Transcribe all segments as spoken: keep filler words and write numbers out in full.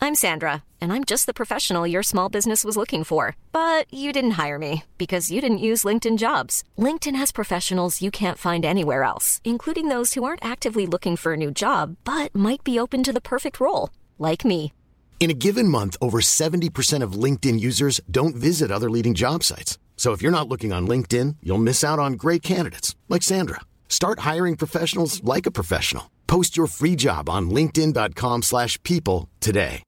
I'm Sandra, and I'm just the professional your small business was looking for. But you didn't hire me because you didn't use LinkedIn Jobs. LinkedIn has professionals you can't find anywhere else, including those who aren't actively looking for a new job, but might be open to the perfect role, like me. In a given month, over seventy percent of LinkedIn users don't visit other leading job sites. So if you're not looking on LinkedIn, you'll miss out on great candidates like Sandra. Start hiring professionals like a professional. Post your free job on linkedin dot com slash people today.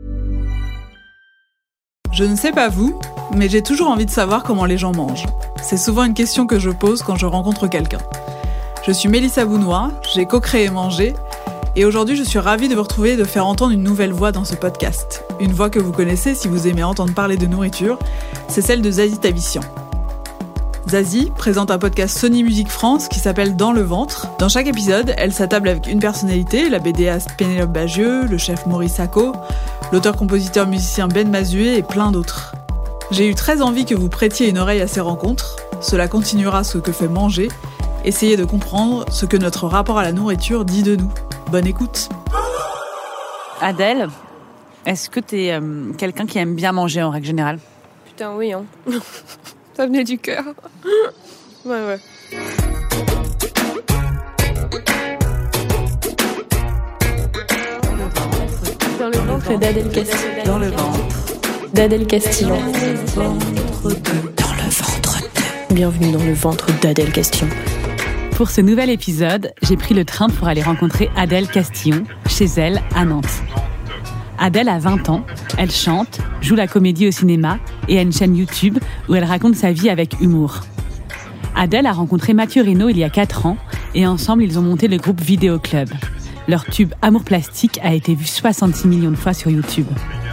Je ne sais pas vous, mais j'ai toujours envie de savoir comment les gens mangent. C'est souvent une question que je pose quand je rencontre quelqu'un. Je suis Mélissa Bounois, j'ai co-créé Manger, et aujourd'hui je suis ravie de vous retrouver et de faire entendre une nouvelle voix dans ce podcast. Une voix que vous connaissez si vous aimez entendre parler de nourriture, c'est celle de Zazie Tavissian. Zazie présente un podcast Sony Music France qui s'appelle Dans le ventre. Dans chaque épisode, elle s'attable avec une personnalité, la BDaste Pénélope Bagieux, le chef Maurice Sacco, l'auteur-compositeur-musicien Ben Mazué et plein d'autres. J'ai eu très envie que vous prêtiez une oreille à ces rencontres. Cela continuera ce que fait Manger. Essayez de comprendre ce que notre rapport à la nourriture dit de nous. Bonne écoute. Adèle, est-ce que t'es euh, quelqu'un qui aime bien manger en règle générale ? Putain oui hein. Ça venait du cœur. Ouais, ouais. Dans le ventre d'Adèle Castillon. Dans le ventre d'Adèle Castillon. Dans le ventre de. Bienvenue dans le ventre d'Adèle Castillon. Pour ce nouvel épisode, j'ai pris le train pour aller rencontrer Adèle Castillon, chez elle, à Nantes. Adèle a vingt ans, elle chante, joue la comédie au cinéma et a une chaîne YouTube où elle raconte sa vie avec humour. Adèle a rencontré Mathieu Reynaud il y a quatre ans et ensemble ils ont monté le groupe Vidéo Club. Leur tube Amour Plastique a été vu soixante-six millions de fois sur YouTube.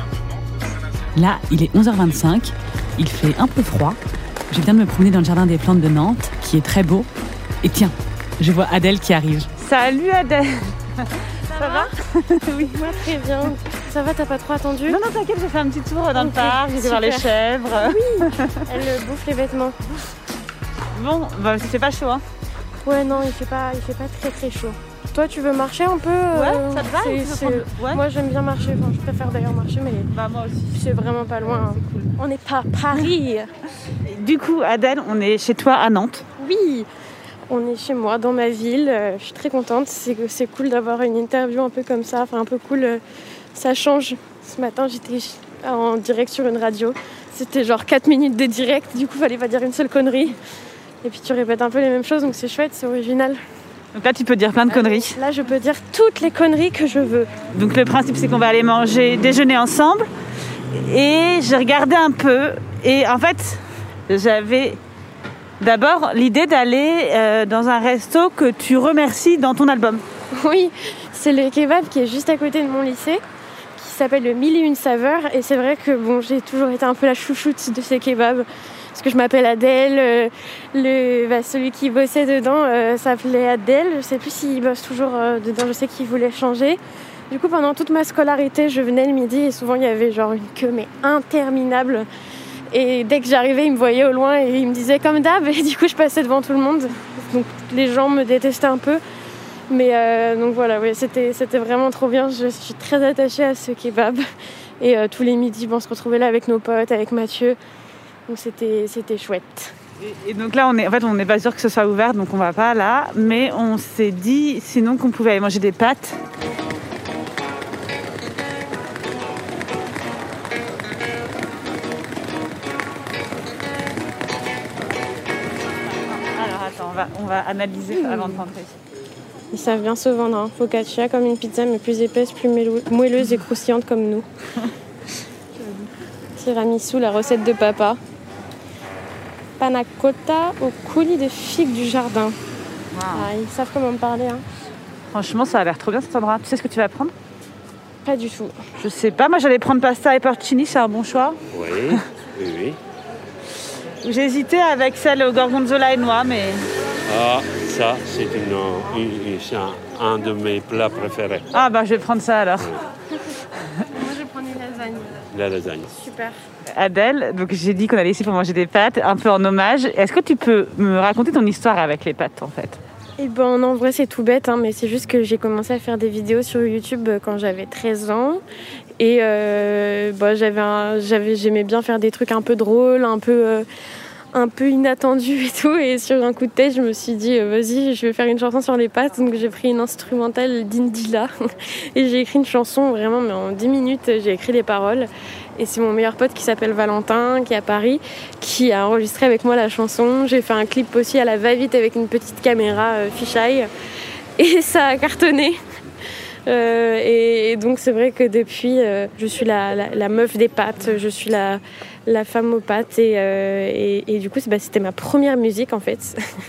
Là, il est onze heures vingt-cinq, il fait un peu froid. Je viens de me promener dans le jardin des plantes de Nantes, qui est très beau. Et tiens, je vois Adèle qui arrive. Salut Adèle. Ça, Ça va, va Oui, moi très bien. Ça va, t'as pas trop attendu ? Non, non, t'inquiète, j'ai fait un petit tour dans okay, le parc, j'ai été voir les chèvres. Oui, elle bouffe les vêtements. Bon, bah, c'est pas chaud, hein ? Ouais, non, il fait pas, il fait pas très très chaud. Toi, tu veux marcher un peu ? Ouais, ça te va c'est, c'est... Ouais. Moi, j'aime bien marcher. Enfin, je préfère d'ailleurs marcher, mais bah, moi aussi. C'est vraiment pas loin. Hein. C'est cool. On n'est pas à Paris. Du coup, Adèle, on est chez toi à Nantes. Oui, on est chez moi, dans ma ville. Je suis très contente. C'est, c'est cool d'avoir une interview un peu comme ça. Enfin, un peu cool. Ça change. Ce matin, j'étais en direct sur une radio. C'était genre quatre minutes de direct. Du coup, il fallait pas dire une seule connerie. Et puis, tu répètes un peu les mêmes choses. Donc, c'est chouette, c'est original. Donc là, tu peux dire plein de conneries. Là, je peux dire toutes les conneries que je veux. Donc le principe, c'est qu'on va aller manger, déjeuner ensemble. Et j'ai regardé un peu. Et en fait, j'avais d'abord l'idée d'aller euh, dans un resto que tu remercies dans ton album. Oui, c'est le kebab qui est juste à côté de mon lycée, qui s'appelle le Mille et Une Saveurs. Et c'est vrai que bon, j'ai toujours été un peu la chouchoute de ces kebabs. Parce que je m'appelle Adèle, euh, le, bah, celui qui bossait dedans euh, s'appelait Adèle, je sais plus s'il bosse toujours euh, dedans, je sais qu'il voulait changer. Du coup, pendant toute ma scolarité, je venais le midi et souvent il y avait genre une queue mais interminable. Et dès que j'arrivais, ils me voyaient au loin et ils me disaient comme d'hab, et du coup je passais devant tout le monde. Donc les gens me détestaient un peu. Mais euh, donc voilà, ouais, c'était, c'était vraiment trop bien, je suis très attachée à ce kebab. Et euh, tous les midis, bon, on se retrouvait là avec nos potes, avec Mathieu. Donc c'était, c'était chouette. Et, et donc là, on est, en fait, on n'est pas sûr que ce soit ouvert, donc on va pas là. Mais on s'est dit sinon qu'on pouvait aller manger des pâtes. Alors attends, on va, on va analyser mmh. avant de rentrer. Ils savent bien se vendre, hein. Focaccia comme une pizza, mais plus épaisse, plus moelleuse et croustillante comme nous. Tiramisu, la recette de papa. Panna cotta au coulis de figues du jardin. Wow. Ah, ils savent comment me parler. Hein. Franchement, ça a l'air trop bien cet endroit. Tu sais ce que tu vas prendre ? Pas du tout. Je sais pas, moi j'allais prendre pasta et porcini, c'est un bon choix. Oui, oui, oui. J'ai hésité avec celle au gorgonzola et noix, mais... Ah, ça, c'est, une, une, c'est un, un de mes plats préférés. Ah bah je vais prendre ça alors. Oui. Moi je vais prendre une lasagne. La lasagne. Super. Adèle, donc j'ai dit qu'on allait ici pour manger des pâtes, un peu en hommage. Est-ce que tu peux me raconter ton histoire avec les pâtes en fait ? Et ben en vrai c'est tout bête, hein, mais c'est juste que j'ai commencé à faire des vidéos sur YouTube quand j'avais treize ans. Et euh, bah, j'avais un, j'avais, j'aimais bien faire des trucs un peu drôles, un peu, euh, un peu inattendus et tout. Et sur un coup de tête, je me suis dit, euh, vas-y, je vais faire une chanson sur les pattes. Donc j'ai pris une instrumentale d'Indila et j'ai écrit une chanson vraiment, mais en dix minutes, j'ai écrit les paroles. Et c'est mon meilleur pote qui s'appelle Valentin, qui est à Paris, qui a enregistré avec moi la chanson. J'ai fait un clip aussi à la va-vite avec une petite caméra euh, fisheye. Et ça a cartonné. Euh, et, et donc c'est vrai que depuis, euh, je suis la, la, la meuf des pâtes, je suis la, la femme aux pâtes. Et, euh, et, et du coup, c'est, bah, c'était ma première musique en fait,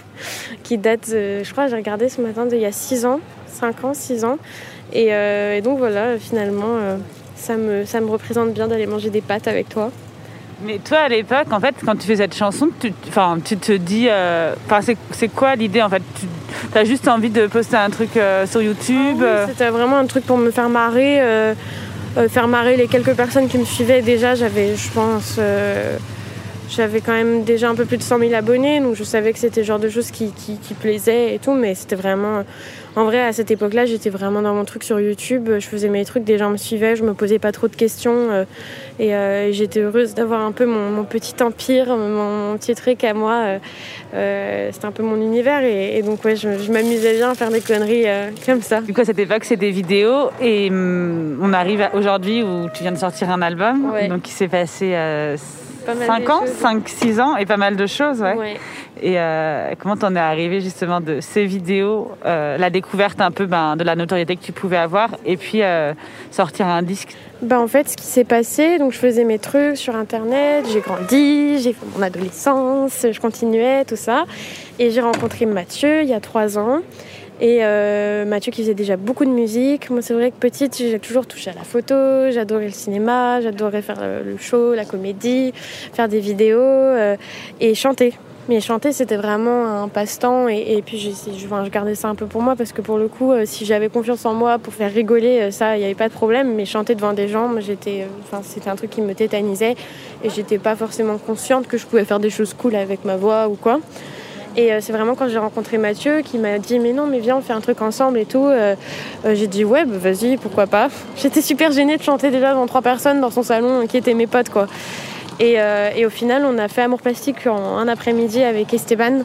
qui date, euh, je crois, j'ai regardé ce matin, d'il y a six ans, cinq ans, six ans. Et, euh, et donc voilà, finalement... Euh, Ça me, ça me représente bien d'aller manger des pâtes avec toi. Mais toi, à l'époque, en fait, quand tu fais cette chanson, tu, enfin, tu te dis... Euh, c'est, c'est quoi l'idée, en fait? Tu as juste envie de poster un truc euh, sur YouTube? Ah oui, c'était vraiment un truc pour me faire marrer. Euh, euh, faire marrer les quelques personnes qui me suivaient. Déjà, j'avais, je pense... Euh, j'avais quand même déjà un peu plus de cent mille abonnés. Donc je savais que c'était le genre de choses qui, qui, qui plaisaient et tout. Mais c'était vraiment... En vrai, à cette époque-là, j'étais vraiment dans mon truc sur YouTube. Je faisais mes trucs, des gens me suivaient, je me posais pas trop de questions. Euh, et euh, j'étais heureuse d'avoir un peu mon, mon petit empire, mon, mon petit truc à moi. Euh, euh, c'était un peu mon univers. Et, et donc, ouais, je, je m'amusais bien à faire des conneries euh, comme ça. Du coup, à cette époque, c'est des vidéos. Et hum, on arrive à aujourd'hui où tu viens de sortir un album. Ouais. Donc, il s'est passé euh, cinq ans, cinq six ans et pas mal de choses. Ouais. Ouais. Et euh, comment t'en es arrivé justement de ces vidéos, euh, la découverte un peu ben, de la notoriété que tu pouvais avoir et puis euh, sortir un disque? Ben en fait, ce qui s'est passé, donc je faisais mes trucs sur internet, j'ai grandi, j'ai fait mon adolescence, je continuais, tout ça. Et j'ai rencontré Mathieu il y a trois ans. Et euh, Mathieu qui faisait déjà beaucoup de musique. Moi, c'est vrai que petite, j'ai toujours touché à la photo, j'adorais le cinéma, j'adorais faire le show, la comédie, faire des vidéos euh, et chanter. Mais chanter, c'était vraiment un passe-temps et, et puis je, je, enfin, je gardais ça un peu pour moi parce que pour le coup, euh, si j'avais confiance en moi pour faire rigoler, euh, ça, il n'y avait pas de problème. Mais chanter devant des gens, moi, j'étais, euh, enfin, c'était un truc qui me tétanisait et j'étais pas forcément consciente que je pouvais faire des choses cool avec ma voix ou quoi. Et euh, c'est vraiment quand j'ai rencontré Mathieu qui m'a dit mais non mais viens on fait un truc ensemble et tout. Euh, euh, j'ai dit ouais bah, vas-y pourquoi pas. J'étais super gênée de chanter déjà devant trois personnes dans son salon qui étaient mes potes quoi. Et, euh, et au final, on a fait Amour Plastique en un après-midi avec Esteban,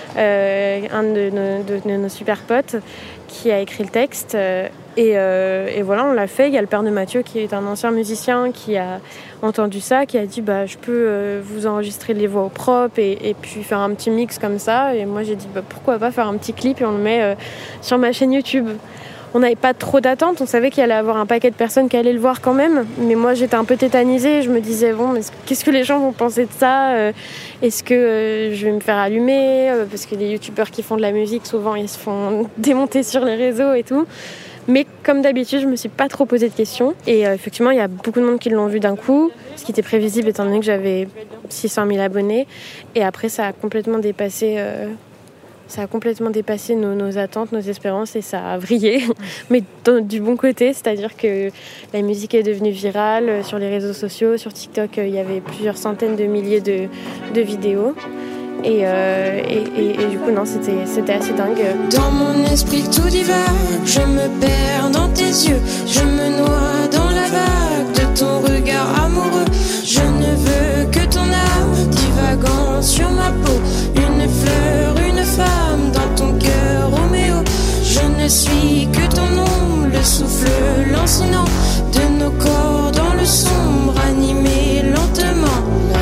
euh, un de nos, de, de nos super potes, qui a écrit le texte. Euh, et, euh, et voilà, on l'a fait. Il y a le père de Mathieu, qui est un ancien musicien, qui a entendu ça, qui a dit bah, « Je peux euh, vous enregistrer les voix au propre et, et puis faire un petit mix comme ça. » Et moi, j'ai dit bah, « Pourquoi pas faire un petit clip et on le met euh, sur ma chaîne YouTube ?» On n'avait pas trop d'attente, on savait qu'il allait y avoir un paquet de personnes qui allaient le voir quand même. Mais moi, j'étais un peu tétanisée. Je me disais, bon, mais qu'est-ce que les gens vont penser de ça ? Est-ce que euh, je vais me faire allumer ? Parce que les youtubeurs qui font de la musique, souvent, ils se font démonter sur les réseaux et tout. Mais comme d'habitude, je me suis pas trop posé de questions. Et euh, effectivement, il y a beaucoup de monde qui l'ont vu d'un coup, ce qui était prévisible étant donné que j'avais six cent mille abonnés. Et après, ça a complètement dépassé... Euh, Ça a complètement dépassé nos, nos attentes, nos espérances et ça a vrillé, mais dans, du bon côté, c'est-à-dire que la musique est devenue virale sur les réseaux sociaux, sur TikTok, il y avait plusieurs centaines de milliers de, de vidéos et, euh, et, et, et du coup, non, c'était, c'était assez dingue. Dans mon esprit tout divague, je me perds dans tes yeux, je me noie dans la vague de ton regard amoureux. Je ne veux que ton âme divagant sur ma peau, une fleur, une femme dans ton cœur, Roméo. Je ne suis que ton ombre, le souffle lancinant de nos corps dans le sombre, animé lentement.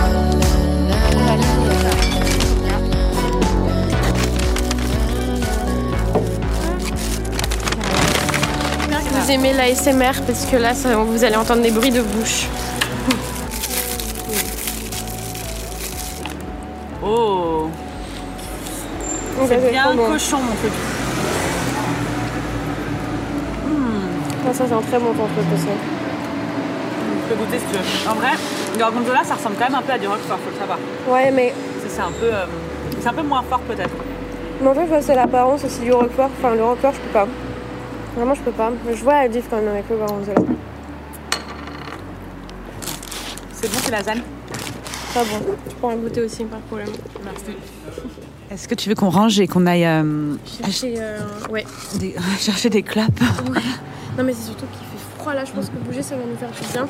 J'espère que vous aimez l'A S M R parce que là, ça, vous allez entendre des bruits de bouche. Oh, c'est bien bon. Cochon mon truc. Mmh. Ah, ça c'est un très bon ton truc aussi. Tu peux goûter si tu veux. En vrai, le gorgonzola ça ressemble quand même un peu à du roquefort, faut le savoir. Ouais mais... C'est, c'est, un, peu, euh, c'est un peu moins fort peut-être. Mais en fait c'est l'apparence aussi du roquefort. Enfin le roquefort je peux pas. Vraiment je peux pas. Je vois la diff quand même avec le gorgonzola. C'est bon, c'est la lasagnes. Pas bon. Tu pourras goûter aussi, pas de problème. Merci. Est-ce que tu veux qu'on range et qu'on aille euh, chercher, euh, ouais. des, chercher des clopes? Ouais. Non mais c'est surtout qu'il fait froid là, je pense que bouger ça va nous faire du bien.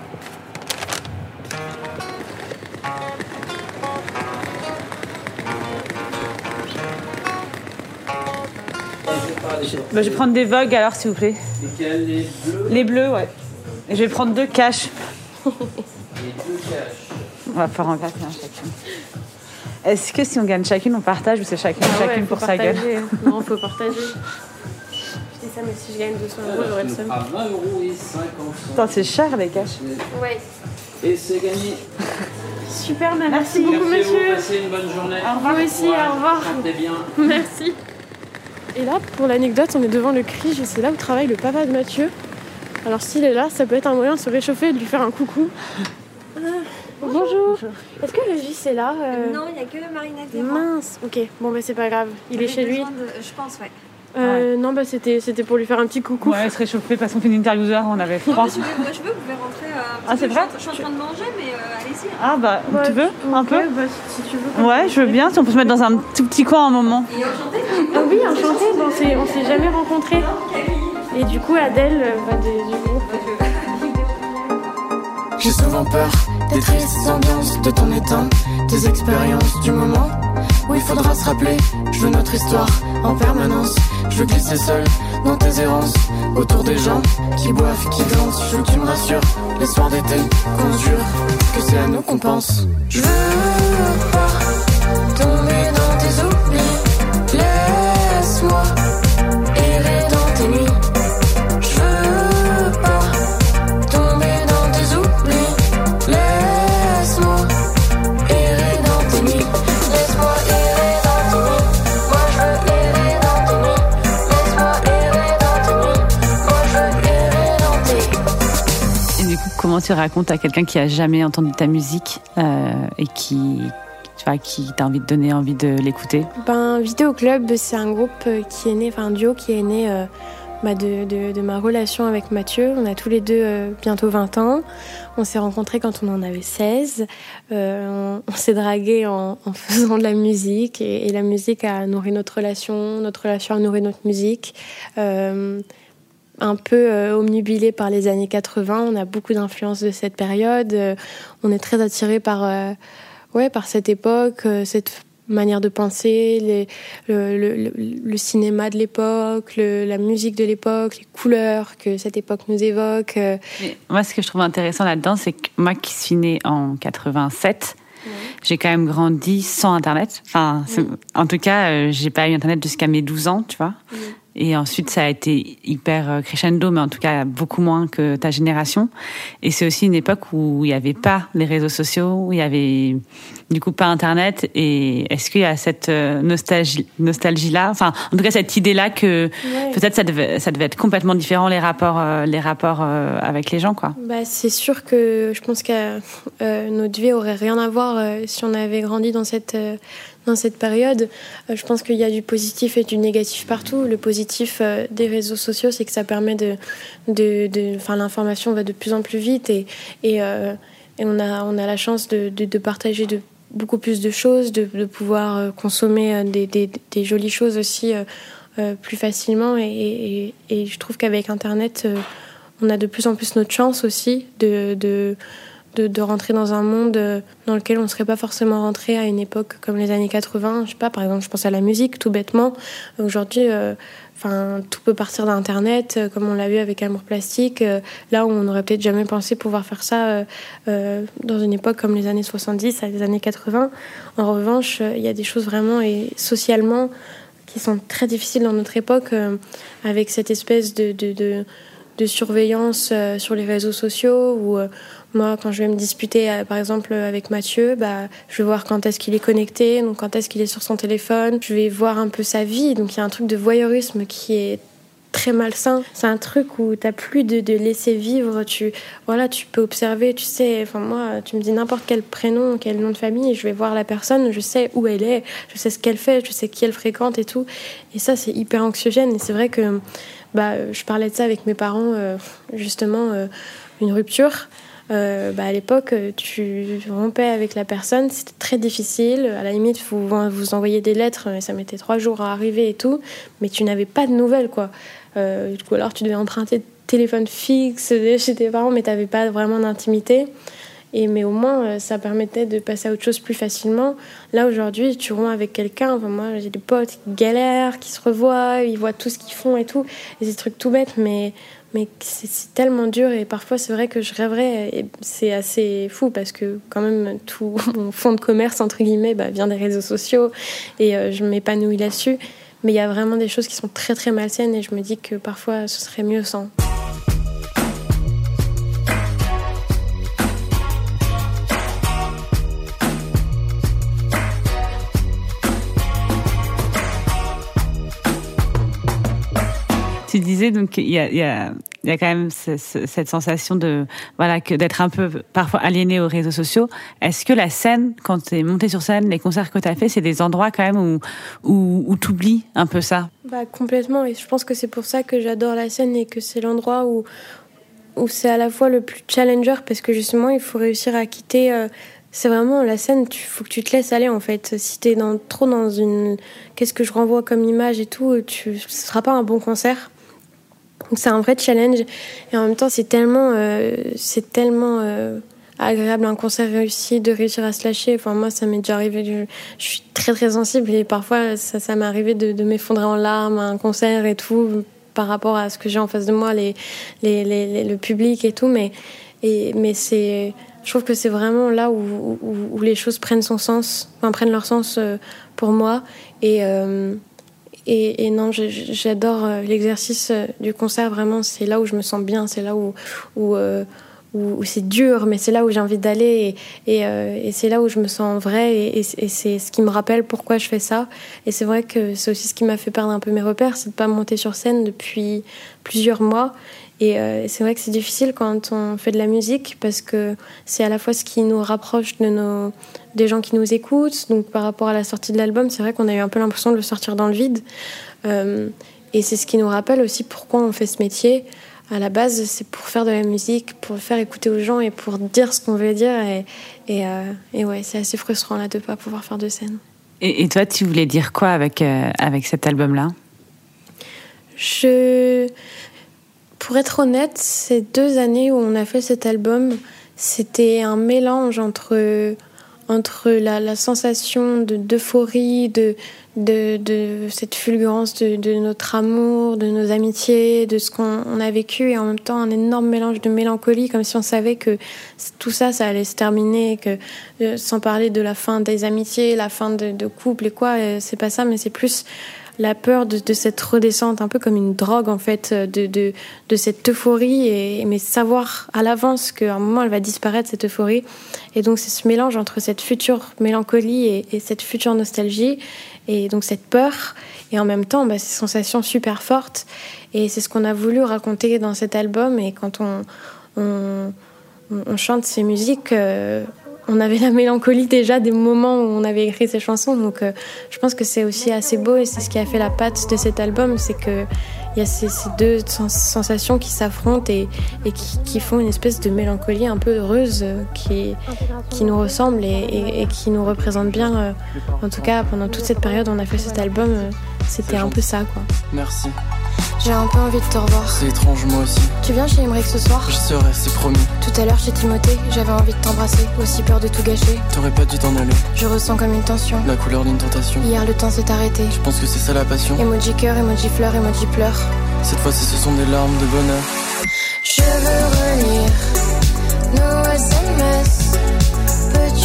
Bah, je vais prendre des Vogue alors, s'il vous plaît. Lesquels? Les bleus? Les bleus, ouais. Et je vais prendre deux caches. Les deux caches. On va faire en quatre un chacune. Est-ce que si on gagne chacune, on partage ou c'est chacune, ah ouais, chacune pour sa gueule? Non, faut partager. Je dis ça, mais si je gagne deux cents euros, j'aurais le seum. À vingt euros et cinquante centimes. Attends, c'est cher les caches. Ouais. Et c'est gagné. Super, merci, merci beaucoup, Merci à monsieur. vous, passez une bonne journée. Au revoir aussi, au revoir. Chantez bien. Merci. Et là, pour l'anecdote, on est devant le Crige et c'est là où travaille le papa de Mathieu. Alors s'il est là, ça peut être un moyen de se réchauffer et de lui faire un coucou. Ah, bonjour. Bonjour. Est-ce que Régis est là euh... Non, il n'y a que Marina Clément. Mince, ok. Bon, bah c'est pas grave. Il Avec est chez lui. de... Je pense, ouais. Euh, ouais. Non, bah c'était, c'était pour lui faire un petit coucou. Ouais, se réchauffer parce qu'on fait une interviewer, on avait froid. Non, si vous voulez, je veux, vous pouvez rentrer. Euh, ah, c'est vrai? Je suis en train de manger, mais euh, allez-y. Ah, bah, ouais, tu veux okay, un peu bah, si tu veux. Ouais, je veux bien, si on peut se mettre dans un tout petit coin un moment. Et enchanté? Ah oui, enchanté. Bon, c'est, on s'est jamais rencontrés. Et du coup, Adèle, bah, des, du groupe. J'ai souvent peur des tristes ambiances de ton état, des expériences du moment où il faudra se rappeler. Je veux notre histoire en permanence. Je veux glisser seul dans tes errances, autour des gens qui boivent, qui dansent. Je veux que tu me rassures, les soirs d'été, qu'on jure que c'est à nous qu'on pense. Je veux pas tomber dans tes oublis. Laisse-moi errer dans tes nuits. Je veux pas tomber dans tes oublis. Laisse-moi errer dans tes nuits. Laisse-moi errer dans tes nuits. Moi je veux errer dans tes nuits. Laisse-moi errer dans tes nuits. Moi je veux errer dans tes... Et du coup, comment tu racontes à quelqu'un qui a jamais entendu ta musique euh, et qui, tu vois, qui t'a envie de donner envie de l'écouter? Ben, Vidéo Club, c'est un groupe qui est né, enfin un duo qui est né euh, bah, de, de, de ma relation avec Mathieu. On a tous les deux euh, bientôt vingt ans. On s'est rencontrés quand on en avait seize. Euh, on, on s'est dragués en, en faisant de la musique et, et la musique a nourri notre relation, notre relation a nourri notre musique. Euh, un peu euh, omnubilé par les années quatre-vingts, on a beaucoup d'influence de cette période. Euh, on est très attirés par, euh, ouais, par cette époque, euh, cette manière de penser, les, le, le, le, le cinéma de l'époque, le, la musique de l'époque, les couleurs que cette époque nous évoque. Euh. Mais moi, ce que je trouve intéressant là-dedans, c'est que moi qui suis née en quatre-vingt-sept, ouais. J'ai quand même grandi sans Internet. Enfin, c'est, mmh. En tout cas, euh, j'ai pas eu Internet jusqu'à mes douze ans, tu vois. Mmh. Et ensuite, ça a été hyper crescendo, mais en tout cas, beaucoup moins que ta génération. Et c'est aussi une époque où il n'y avait pas les réseaux sociaux, où il y avait, du coup, pas Internet. Et est-ce qu'il y a cette nostalgie, nostalgie-là, enfin, en tout cas, cette idée-là que ouais. peut-être ça devait, ça devait être complètement différent, les rapports, euh, les rapports euh, avec les gens, quoi. Bah, c'est sûr que je pense que euh, notre vie aurait rien à voir euh, si on avait grandi dans cette... Euh, Dans cette période, euh, je pense qu'il y a du positif et du négatif partout. Le positif euh, des réseaux sociaux, c'est que ça permet de, de, de, enfin, l'information va de plus en plus vite et, et, euh, et on a, on a la chance de, de, de partager de beaucoup plus de choses, de, de pouvoir euh, consommer euh, des, des, des jolies choses aussi euh, euh, plus facilement. Et, et, et je trouve qu'avec Internet, euh, on a de plus en plus notre chance aussi de, de De, de rentrer dans un monde dans lequel on ne serait pas forcément rentré à une époque comme les années quatre-vingts. Je sais pas, par exemple, je pense à la musique, tout bêtement. Aujourd'hui, euh, enfin, tout peut partir d'Internet, euh, comme on l'a vu avec Amour Plastique. Euh, là où on n'aurait peut-être jamais pensé pouvoir faire ça euh, euh, dans une époque comme les années soixante-dix, à les années quatre-vingts. En revanche, il euh, y a des choses vraiment, et socialement, qui sont très difficiles dans notre époque, euh, avec cette espèce de... de, de de surveillance euh, sur les réseaux sociaux où euh, moi quand je vais me disputer euh, par exemple avec Mathieu, bah, je vais voir quand est-ce qu'il est connecté, donc quand est-ce qu'il est sur son téléphone, je vais voir un peu sa vie, donc il y a un truc de voyeurisme qui est très malsain. C'est un truc où t'as plus de, de laisser vivre, tu, voilà, tu peux observer, tu sais, enfin moi, tu me dis n'importe quel prénom, quel nom de famille, je vais voir la personne, je sais où elle est, je sais ce qu'elle fait, je sais qui elle fréquente et tout, et ça c'est hyper anxiogène, et c'est vrai que bah, je parlais de ça avec mes parents, euh, justement, euh, une rupture. Euh, bah, à l'époque, tu rompais avec la personne, c'était très difficile. À la limite, vous vous envoyiez des lettres, mais ça mettait trois jours à arriver et tout, mais tu n'avais pas de nouvelles, quoi. Euh, du coup, alors tu devais emprunter le téléphone fixe chez tes parents, mais tu n'avais pas vraiment d'intimité. Et, mais au moins, ça permettait de passer à autre chose plus facilement. Là, aujourd'hui, tu romps avec quelqu'un. Enfin, moi, j'ai des potes qui galèrent, qui se revoient, ils voient tout ce qu'ils font et tout. Et c'est des trucs tout bêtes, mais, mais c'est, c'est tellement dur. Et parfois, c'est vrai que je rêverais. Et c'est assez fou parce que, quand même, tout mon fonds de commerce, entre guillemets, bah, vient des réseaux sociaux. Et euh, je m'épanouis là-dessus. Mais il y a vraiment des choses qui sont très, très malsaines. Et je me dis que parfois, ce serait mieux sans. Tu disais donc il y a, il y a, il y a quand même ce, ce, cette sensation de voilà que d'être un peu parfois aliéné aux réseaux sociaux. Est-ce que la scène, quand tu es montée sur scène, les concerts que tu as fait, c'est des endroits quand même où où, où tu oublies un peu ça? Bah complètement, et je pense que c'est pour ça que j'adore la scène et que c'est l'endroit où où c'est à la fois le plus challenger parce que justement il faut réussir à quitter. Euh, C'est vraiment la scène, il faut que tu te laisses aller en fait. Si t'es dans, trop dans une... Qu'est-ce que je renvoie comme image et tout, tu, ce sera pas un bon concert. Donc c'est un vrai challenge. Et en même temps, c'est tellement, euh, c'est tellement euh, agréable un concert réussi, de réussir à se lâcher. Enfin, moi, ça m'est déjà arrivé. Je, je suis très très sensible et parfois, ça, ça m'est arrivé de, de m'effondrer en larmes à un concert et tout, par rapport à ce que j'ai en face de moi, les, les, les, les, le public et tout. Mais, et, mais c'est... Je trouve que c'est vraiment là où, où, où les choses prennent son sens, enfin, prennent leur sens euh, pour moi. Et, euh, et, et non, j'adore l'exercice du concert, vraiment. C'est là où je me sens bien, c'est là où, où, euh, où, où c'est dur, mais c'est là où j'ai envie d'aller. Et, et, euh, et c'est là où je me sens vraie. Et, et, et c'est ce qui me rappelle pourquoi je fais ça. Et c'est vrai que c'est aussi ce qui m'a fait perdre un peu mes repères, c'est de ne pas monter sur scène depuis plusieurs mois. Et euh, c'est vrai que c'est difficile quand on fait de la musique parce que c'est à la fois ce qui nous rapproche de nos, des gens qui nous écoutent. Donc par rapport à la sortie de l'album, c'est vrai qu'on a eu un peu l'impression de le sortir dans le vide. Euh, et c'est ce qui nous rappelle aussi pourquoi on fait ce métier. À la base, c'est pour faire de la musique, pour le faire écouter aux gens et pour dire ce qu'on veut dire. Et, et, euh, et ouais, c'est assez frustrant là de ne pas pouvoir faire de scène. Et, et toi, tu voulais dire quoi avec, euh, avec cet album-là ? Je... Pour être honnête, ces deux années où on a fait cet album, c'était un mélange entre, entre la, la sensation de, d'euphorie, de, de, de cette fulgurance de, de notre amour, de nos amitiés, de ce qu'on on a vécu, et en même temps un énorme mélange de mélancolie, comme si on savait que tout ça, ça allait se terminer, que, euh, sans parler de la fin des amitiés, la fin de, de couple et quoi, euh, c'est pas ça, mais c'est plus... la peur de, de cette redescente, un peu comme une drogue en fait, de, de, de cette euphorie, et, mais savoir à l'avance qu'à un moment elle va disparaître, cette euphorie. Et donc c'est ce mélange entre cette future mélancolie et, et cette future nostalgie, et donc cette peur, et en même temps bah, ces sensations super fortes. Et c'est ce qu'on a voulu raconter dans cet album. Et quand on, on, on chante ces musiques... Euh, on avait la mélancolie déjà des moments où on avait écrit ces chansons, donc euh, je pense que c'est aussi assez beau, et c'est ce qui a fait la patte de cet album, c'est que il y a ces, ces deux sens- sensations qui s'affrontent et, et qui, qui font une espèce de mélancolie un peu heureuse euh, qui, qui nous ressemble et, et, et qui nous représente bien. Euh, en tout cas, pendant toute cette période où on a fait cet album, euh, c'était un peu ça, quoi. Merci. J'ai un peu envie de te revoir. C'est étrange, moi aussi. Tu viens chez Emmerich ce soir ? Je serai, c'est promis. Tout à l'heure chez Timothée, j'avais envie de t'embrasser, aussi peur de tout gâcher. T'aurais pas dû t'en aller. Je ressens comme une tension. La couleur d'une tentation. Hier le temps s'est arrêté. Je pense que c'est ça la passion. Emoji cœur, emoji fleur, emoji pleure. Cette fois-ci ce sont des larmes de bonheur. Je veux relire nos S M S. Peux-tu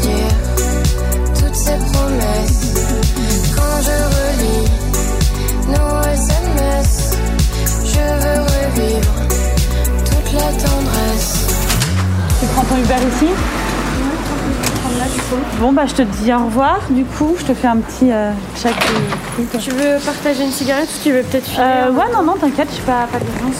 redire toutes ces promesses? Quand je relis nos S M S, je veux revivre toute la tendresse. Tu prends ton Uber ici ? Là, du coup. Bon, bah je te dis au revoir. Du coup, je te fais un petit euh, chaque. Tu veux partager une cigarette ou tu veux peut-être filer? Euh, ouais, non, non, t'inquiète, je suis pas, pas d'urgence.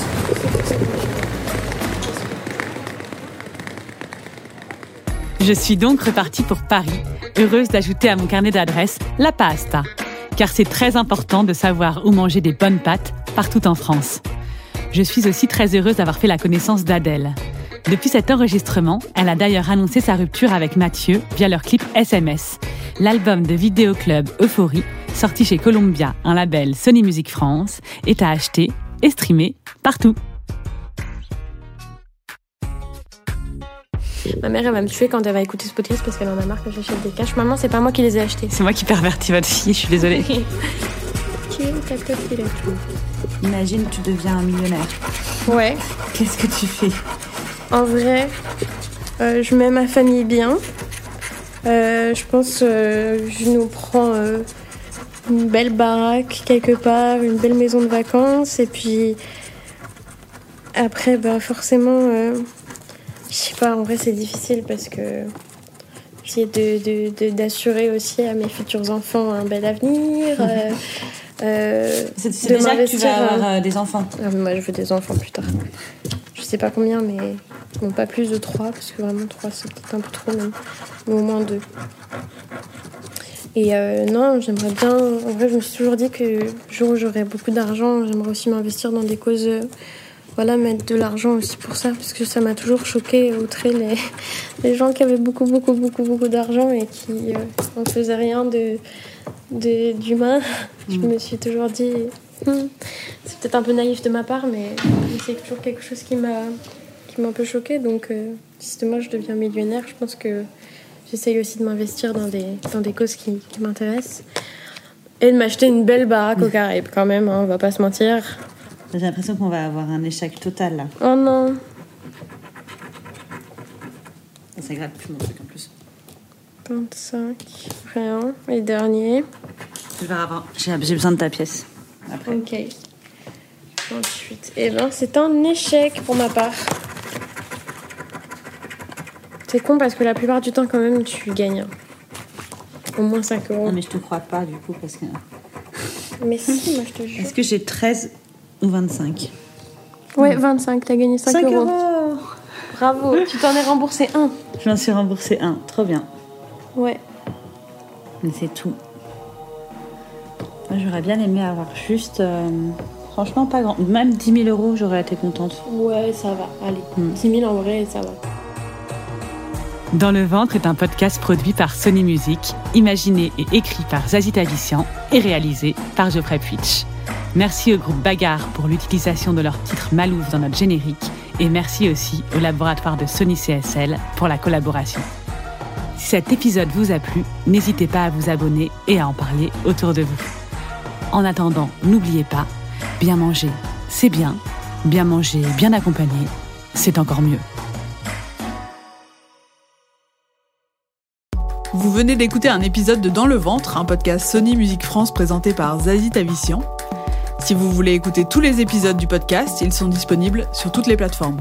Je suis donc repartie pour Paris, heureuse d'ajouter à mon carnet d'adresses la pasta. Car c'est très important de savoir où manger des bonnes pâtes partout en France. Je suis aussi très heureuse d'avoir fait la connaissance d'Adèle. Depuis cet enregistrement, elle a d'ailleurs annoncé sa rupture avec Mathieu via leur clip S M S, l'album de vidéoclub Euphorie, sorti chez Columbia, un label Sony Music France, est à acheter et streamer partout. Ma mère, elle va me tuer quand elle va écouter ce podcast parce qu'elle en a marre que j'achète des caches. Maman, c'est pas moi qui les ai achetés. C'est moi qui pervertis votre fille, je suis désolée. Qui est ta copine? Imagine, tu deviens un millionnaire. Ouais. Qu'est-ce que tu fais? En vrai, euh, je mets ma famille bien. Euh, je pense euh, je nous prends euh, une belle baraque quelque part, une belle maison de vacances. Et puis après, bah, forcément... Euh, Je sais pas, en vrai c'est difficile parce que j'essaie de, de, de, d'assurer aussi à mes futurs enfants un bel avenir. euh, euh, c'est c'est déjà que tu vas avoir euh, des enfants. Ah, moi je veux des enfants plus tard. Je sais pas combien, mais bon, pas plus de trois, parce que vraiment trois c'est peut-être un peu trop même, mais au moins deux. Et euh, non, j'aimerais bien, en vrai je me suis toujours dit que le jour où j'aurai beaucoup d'argent, j'aimerais aussi m'investir dans des causes... Euh, Voilà, mettre de l'argent aussi pour ça, parce que ça m'a toujours choqué, outré les, les gens qui avaient beaucoup, beaucoup, beaucoup, beaucoup d'argent et qui euh, ne faisaient rien de, de, d'humain. Mmh. Je me suis toujours dit, hm, c'est peut-être un peu naïf de ma part, mais c'est toujours quelque chose qui m'a, qui m'a un peu choqué. Donc, euh, si demain je deviens millionnaire, je pense que j'essaye aussi de m'investir dans des, dans des causes qui, qui m'intéressent. Et de m'acheter une belle baraque mmh. aux Caraïbes, quand même, hein, on va pas se mentir. J'ai l'impression qu'on va avoir un échec total là. Oh non. C'est grave, plus mon truc en plus. vingt-cinq, rien. Et dernier. Je vais avoir. J'ai, j'ai besoin de ta pièce. Après. Ok. vingt-huit. Eh ben, c'est un échec pour ma part. C'est con parce que la plupart du temps, quand même, tu gagnes. Au moins cinq euros. Non, mais je te crois pas du coup parce que. Mais si, moi je te jure. Est-ce que j'ai treize ou vingt-cinq? Ouais, vingt-cinq, t'as gagné cinq, cinq euros. euros. Bravo, tu t'en es remboursé un. Je m'en suis remboursé un, trop bien. Ouais. Mais c'est tout. Moi, j'aurais bien aimé avoir juste... Euh, franchement, pas grand. Même dix mille euros, j'aurais été contente. Ouais, ça va, allez. Hmm. dix mille en vrai, ça va. Dans le ventre est un podcast produit par Sony Music, imaginé et écrit par Zazie Tavissian et réalisé par Geoffrey Puitch. Merci au groupe Bagarre pour l'utilisation de leur titre Malouf dans notre générique et merci aussi au laboratoire de Sony C S L pour la collaboration. Si cet épisode vous a plu, n'hésitez pas à vous abonner et à en parler autour de vous. En attendant, n'oubliez pas, bien manger, c'est bien, bien manger, bien accompagné, c'est encore mieux. Vous venez d'écouter un épisode de Dans le ventre, un podcast Sony Music France présenté par Zazie Tavissian. Si vous voulez écouter tous les épisodes du podcast, ils sont disponibles sur toutes les plateformes.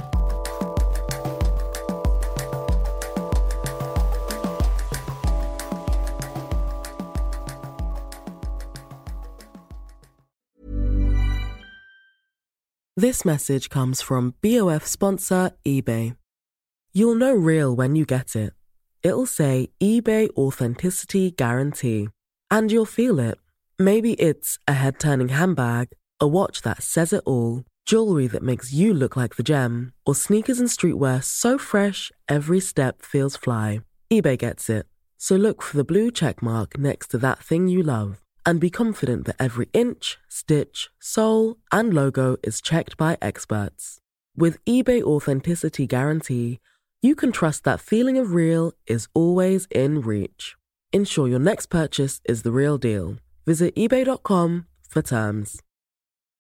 This message comes from B O F sponsor eBay. You'll know real when you get it. It'll say eBay Authenticity Guarantee. And you'll feel it. Maybe it's a head-turning handbag, a watch that says it all, jewelry that makes you look like the gem, or sneakers and streetwear so fresh, every step feels fly. eBay gets it. So look for the blue check mark next to that thing you love and be confident that every inch, stitch, sole, and logo is checked by experts. With eBay Authenticity Guarantee, you can trust that feeling of real is always in reach. Ensure your next purchase is the real deal. Visit ebay dot com for terms.